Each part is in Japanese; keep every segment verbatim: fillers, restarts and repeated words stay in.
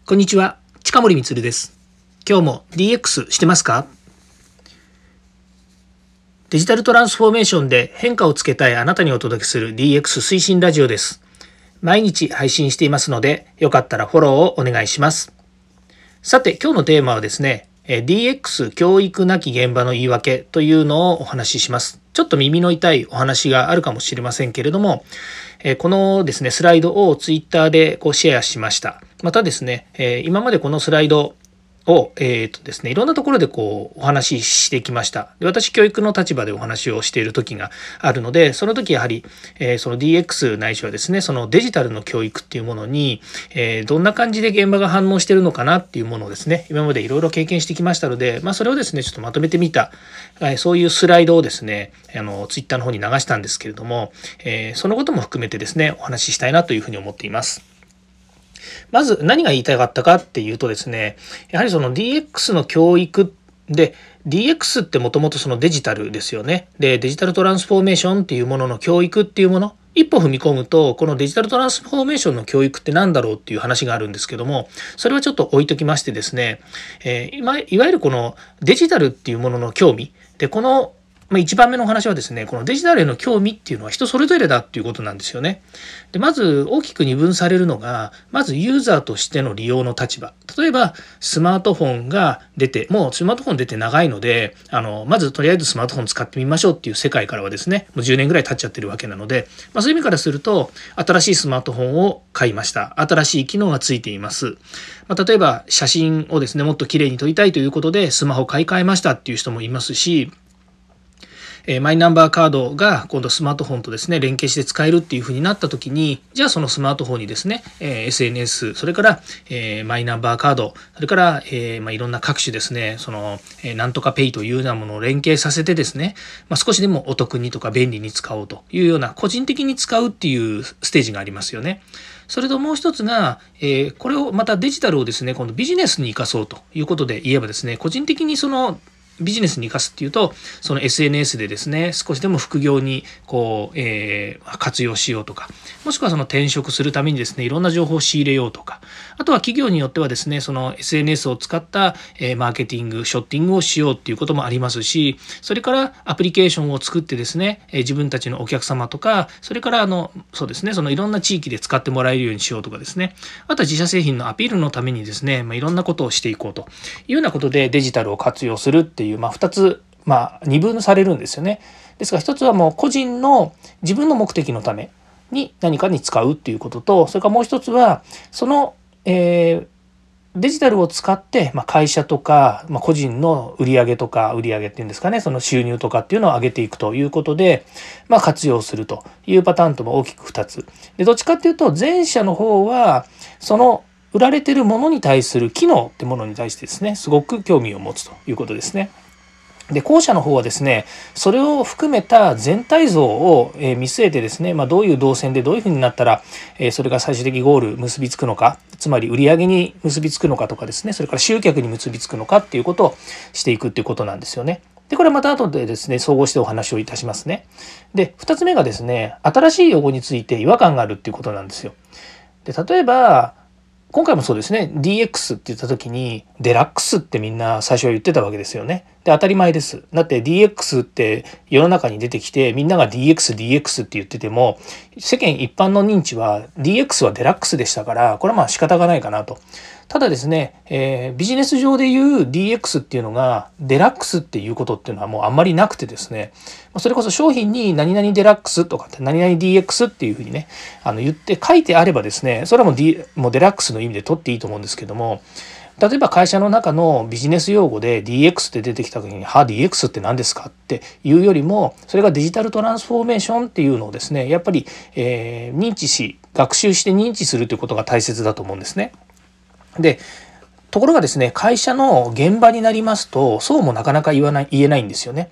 こんにちは、近森光です。今日も ディーエックス してますか？デジタルトランスフォーメーションで変化をつけたいあなたにお届けする ディーエックス 推進ラジオです。毎日配信していますので、よかったらフォローをお願いします。さて、今日のテーマはですね、ディーエックス 教育なき現場の言い訳というのをお話しします。ちょっと耳の痛いお話があるかもしれませんけれども、このですね、スライドをツイッターでこうシェアしました。またですね、今までこのスライドを、えーとですね、いろんなところでこうお話ししてきました。で、私、教育の立場でお話をしている時があるので、その時やはり、えー、その ディーエックス ないしはですね、そのデジタルの教育っていうものに、えー、どんな感じで現場が反応しているのかなっていうものをですね、今までいろいろ経験してきましたので、まあ、それをですね、ちょっとまとめてみた、えー、そういうスライドをですね、あのツイッターの方に流したんですけれども、えー、そのことも含めてですね、お話ししたいなというふうに思っています。まず何が言いたかったかっていうとですね、やはりその ディーエックス の教育で、ディーエックス ってもともとそのデジタルですよね。で、デジタルトランスフォーメーションっていうものの教育っていうもの、一歩踏み込むと、このデジタルトランスフォーメーションの教育って何だろうっていう話があるんですけども、それはちょっと置いときましてですね、えー、今いわゆるこのデジタルっていうものの興味で、このまあ、いちばんめのお話はですね、このデジタルへの興味っていうのは人それぞれだっていうことなんですよね。で、まず大きく二分されるのが、まずユーザーとしての利用の立場。例えば、スマートフォンが出て、もうスマートフォン出て長いので、あの、まずとりあえずスマートフォン使ってみましょうっていう世界からはですね、もうじゅうねんぐらい経っちゃってるわけなので、まあ、そういう意味からすると、新しいスマートフォンを買いました。新しい機能がついています。まあ、例えば、写真をですね、もっと綺麗に撮りたいということで、スマホ買い替えましたっていう人もいますし、マイナンバーカードが今度スマートフォンとですね連携して使えるっていうふうになった時に、じゃあそのスマートフォンにですね エスエヌエス、 それからマイナンバーカード、それからまあいろんな各種ですね、そのなんとかペイというようなものを連携させてですね、まあ、少しでもお得にとか便利に使おうというような、個人的に使うっていうステージがありますよね。それともう一つが、えー、これをまたデジタルをですね今度ビジネスに生かそうということで言えばですね、個人的にそのビジネスに生かすっていうと、その エスエヌエス でですね、少しでも副業にこう、えー、活用しようとか、もしくはその転職するためにですね、いろんな情報を仕入れようとか、あとは企業によってはですね、その エスエヌエス を使った、えー、マーケティング、ショッティングをしようっていうこともありますし、それからアプリケーションを作ってですね、えー、自分たちのお客様とか、それからあの、そうですね、そのいろんな地域で使ってもらえるようにしようとかですね、あとは自社製品のアピールのためにですね、まあ、いろんなことをしていこうというようなことでデジタルを活用するっていう、まあ、ふたつ、まあ、二分されるんですよね。ですが一つはもう個人の自分の目的のために何かに使うっていうことと、それからもう一つはその、えー、デジタルを使って、まあ、会社とか、まあ、個人の売上とか売上っていうんですかね、その収入とかっていうのを上げていくということで、まあ、活用するというパターンとも大きくふたつで、どっちかっていうと前者の方はその売られているものに対する機能ってものに対してですね、すごく興味を持つということですね。で、後者の方はですね、それを含めた全体像を見据えてですね、まあ、どういう動線でどういうふうになったら、それが最終的ゴール結びつくのか、つまり売上に結びつくのかとかですね、それから集客に結びつくのかっていうことをしていくっていうことなんですよね。で、これはまた後でですね、総合してお話をいたしますね。で、二つ目がですね、新しい用語について違和感があるっていうことなんですよ。で、例えば、今回もそうですね、 ディーエックス って言った時にデラックスってみんな最初は言ってたわけですよね。で、当たり前です。だって ディーエックス って世の中に出てきて、みんなが ディーエックス、ディーエックス って言ってても、世間一般の認知は ディーエックス はデラックスでしたから、これはまあ仕方がないかなと。ただですね、えー、ビジネス上でいう ディーエックス っていうのがデラックスっていうことっていうのはもうあんまりなくてですね、それこそ商品に何々デラックスとかって何々 ディーエックス っていうふうにね、あの言って書いてあればですね、それはもう、D、もうデラックスの意味で取っていいと思うんですけども、例えば会社の中のビジネス用語で ディーエックス って出てきた時に、はあ、ディーエックス って何ですかっていうよりも、それがデジタルトランスフォーメーションっていうのをですね、やっぱり、えー、認知し、学習して認知するということが大切だと思うんですね。で、ところがですね、会社の現場になりますと、そうもなかなか言わない、言えないんですよね。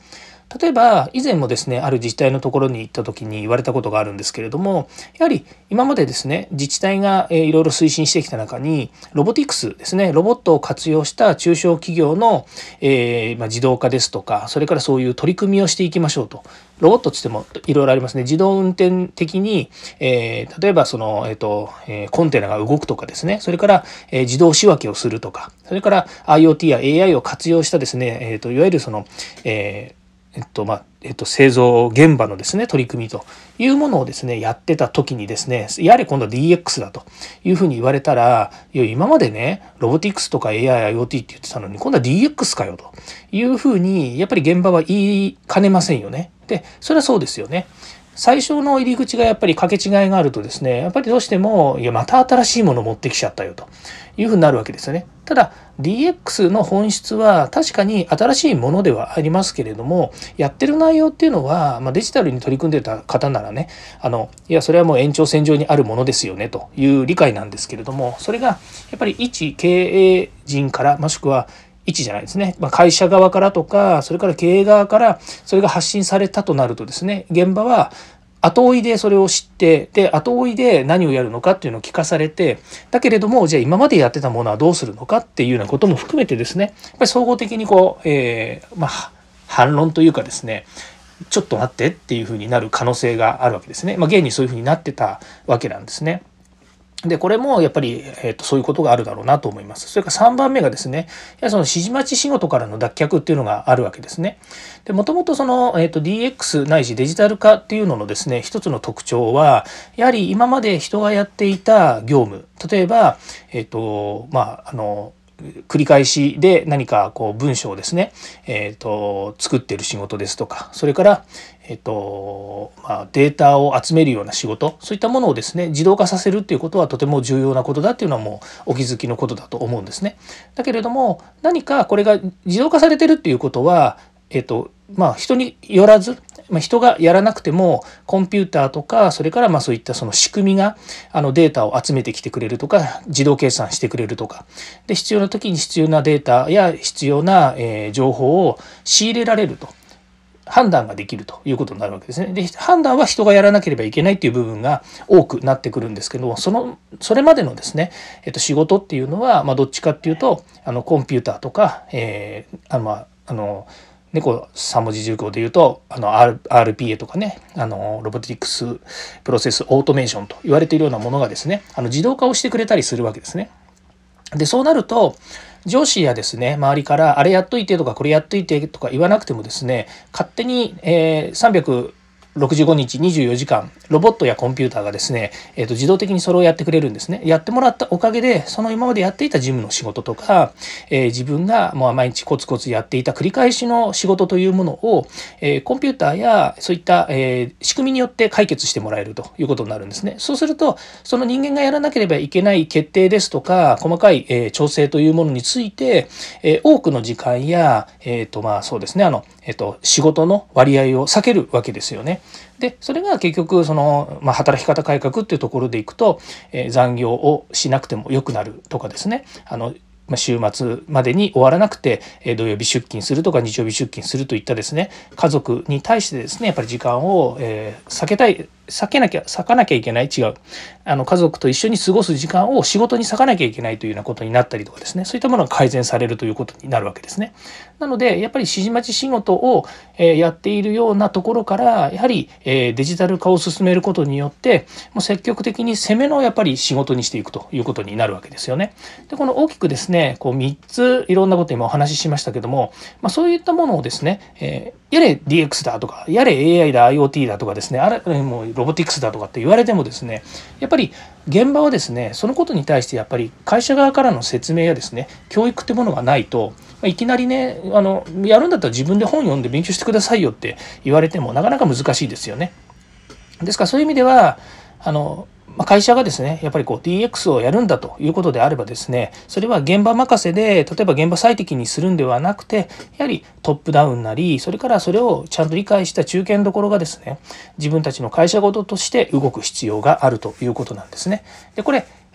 例えば以前もですねある自治体のところに行った時に言われたことがあるんですけれども、やはり今までですね自治体がいろいろ推進してきた中にロボティクスですね、ロボットを活用した中小企業の、えーまあ、自動化ですとか、それからそういう取り組みをしていきましょうと。ロボットつってもいろいろありますね。自動運転的に、えー、例えばその、えーとえー、コンテナが動くとかですね、それから、えー、自動仕分けをするとか、それから IoT や エーアイ を活用したですね、えーといわゆるその、えーえっとまあえっと、製造現場のですね取り組みというものをですねやってた時にですね、やはり今度は ディーエックス だというふうに言われたら、いや今までねロボティクスとか エーアイ、IoT って言ってたのに今度は ディーエックス かよというふうにやっぱり現場は言いかねませんよね。でそれはそうですよね。最初の入り口がやっぱり掛け違いがあるとですね、やっぱりどうしてもいやまた新しいものを持ってきちゃったよというふうになるわけですよね。ただ ディーエックス の本質は確かに新しいものではありますけれども、やってる内容っていうのは、まあ、デジタルに取り組んでた方ならね、あのいやそれはもう延長線上にあるものですよねという理解なんですけれども、それがやっぱり一経営陣からもしくは一じゃないですね、まあ、会社側からとかそれから経営側からそれが発信されたとなるとですね、現場は後追いでそれを知って、で後追いで何をやるのかっていうのを聞かされて、だけれどもじゃあ今までやってたものはどうするのかっていうようなことも含めてですね、やっぱり総合的にこう、えー、まあ反論というかですね、ちょっと待ってっていうふうになる可能性があるわけですね。まあ現にそういうふうになってたわけなんですね。でこれもやっぱり、えー、とそういうことがあるだろうなと思います。それからさんばんめがですね、やはりその指示待ち仕事からの脱却っていうのがあるわけですね。でもともとその、えー、と ディーエックス ないしデジタル化っていうののですね一つの特徴は、やはり今まで人がやっていた業務、例えばえっ、とまああの繰り返しで何かこう文章をですね、えー、と作っている仕事ですとか、それから、えーとまあ、データを集めるような仕事、そういったものをですね自動化させるっていうことはとても重要なことだっていうのはもうお気づきのことだと思うんですね。だけれども何かこれが自動化されてるっていうことは、えーとまあ、人によらず、まあ、人がやらなくてもコンピューターとかそれからまあそういったその仕組みがあのデータを集めてきてくれるとか自動計算してくれるとかで、必要な時に必要なデータや必要なえ情報を仕入れられると判断ができるということになるわけですね。で判断は人がやらなければいけないっていう部分が多くなってくるんですけども、そのそれまでのですね、えっと、仕事っていうのは、まあ、どっちかっていうとあのコンピューターとか、えー、あのまああのね、こうさん文字熟語で言うとあの アールピーエー とかね、あのロボティクスプロセスオートメーションと言われているようなものがですね、あの自動化をしてくれたりするわけですね。でそうなると上司やですね周りからあれやっといてとかこれやっといてとか言わなくてもですね、勝手に、えー、さんびゃくろくじゅうごにちにじゅうよじかんロボットやコンピューターがですね、えー、と自動的にそれをやってくれるんですね。やってもらったおかげでその今までやっていた事務の仕事とか、えー、自分がもう毎日コツコツやっていた繰り返しの仕事というものを、えー、コンピューターやそういった、えー、仕組みによって解決してもらえるということになるんですね。そうするとその人間がやらなければいけない決定ですとか細かい、えー、調整というものについて、えー、多くの時間や、えーとまあそうですねあの、えーと仕事の割合を避けるわけですよね。でそれが結局その、まあ、働き方改革っていうところでいくと、えー、残業をしなくてもよくなるとかですね、あの週末までに終わらなくて土曜日出勤するとか日曜日出勤するといったですね家族に対してですねやっぱり時間を、えー、避けたい避けなきゃ避かなきゃいけない違うあの家族と一緒に過ごす時間を仕事に割かなきゃいけないというようなことになったりとかですね、そういったものが改善されるということになるわけですね。なのでやっぱり指示待ち仕事を、えー、やっているようなところからやはり、えー、デジタル化を進めることによってもう積極的に攻めのやっぱり仕事にしていくということになるわけですよね。でこの大きくですねこうみっついろんなこと今お話ししましたけども、まあ、そういったものをですね、えー、やれ ディーエックス だとかやれ エーアイ だ IoT だとかですねあれもうロボティクスだとかって言われてもですね、やっぱり現場はですねそのことに対してやっぱり会社側からの説明やですね教育ってものがないといきなりねあのやるんだったら自分で本読んで勉強してくださいよって言われてもなかなか難しいですよね。ですからそういう意味ではあの会社がですねやっぱりこう ディーエックス をやるんだということであればですね、それは現場任せで例えば現場最適にするんではなくてやはりトップダウンなりそれからそれをちゃんと理解した中堅どころがですね自分たちの会社ごととして動く必要があるということなんですね。でこれ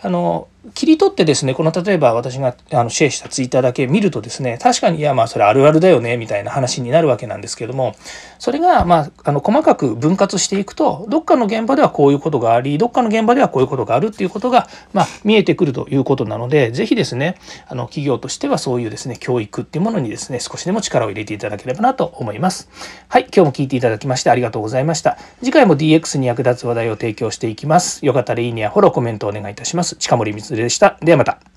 あの切り取ってですね、この例えば私があのシェアしたツイッターだけ見るとですね、確かにいやまあそれあるあるだよねみたいな話になるわけなんですけども、それがまああの細かく分割していくと、どっかの現場ではこういうことがあり、どっかの現場ではこういうことがあるっていうことがまあ見えてくるということなので、ぜひですね、あの企業としてはそういうですね教育っていうものにですね少しでも力を入れていただければなと思います。はい、今日も聞いていただきましてありがとうございました。次回も ディーエックス に役立つ話題を提供していきます。よかったらいいねやフォロー、コメントをお願いいたします。近森光でした。ではまた。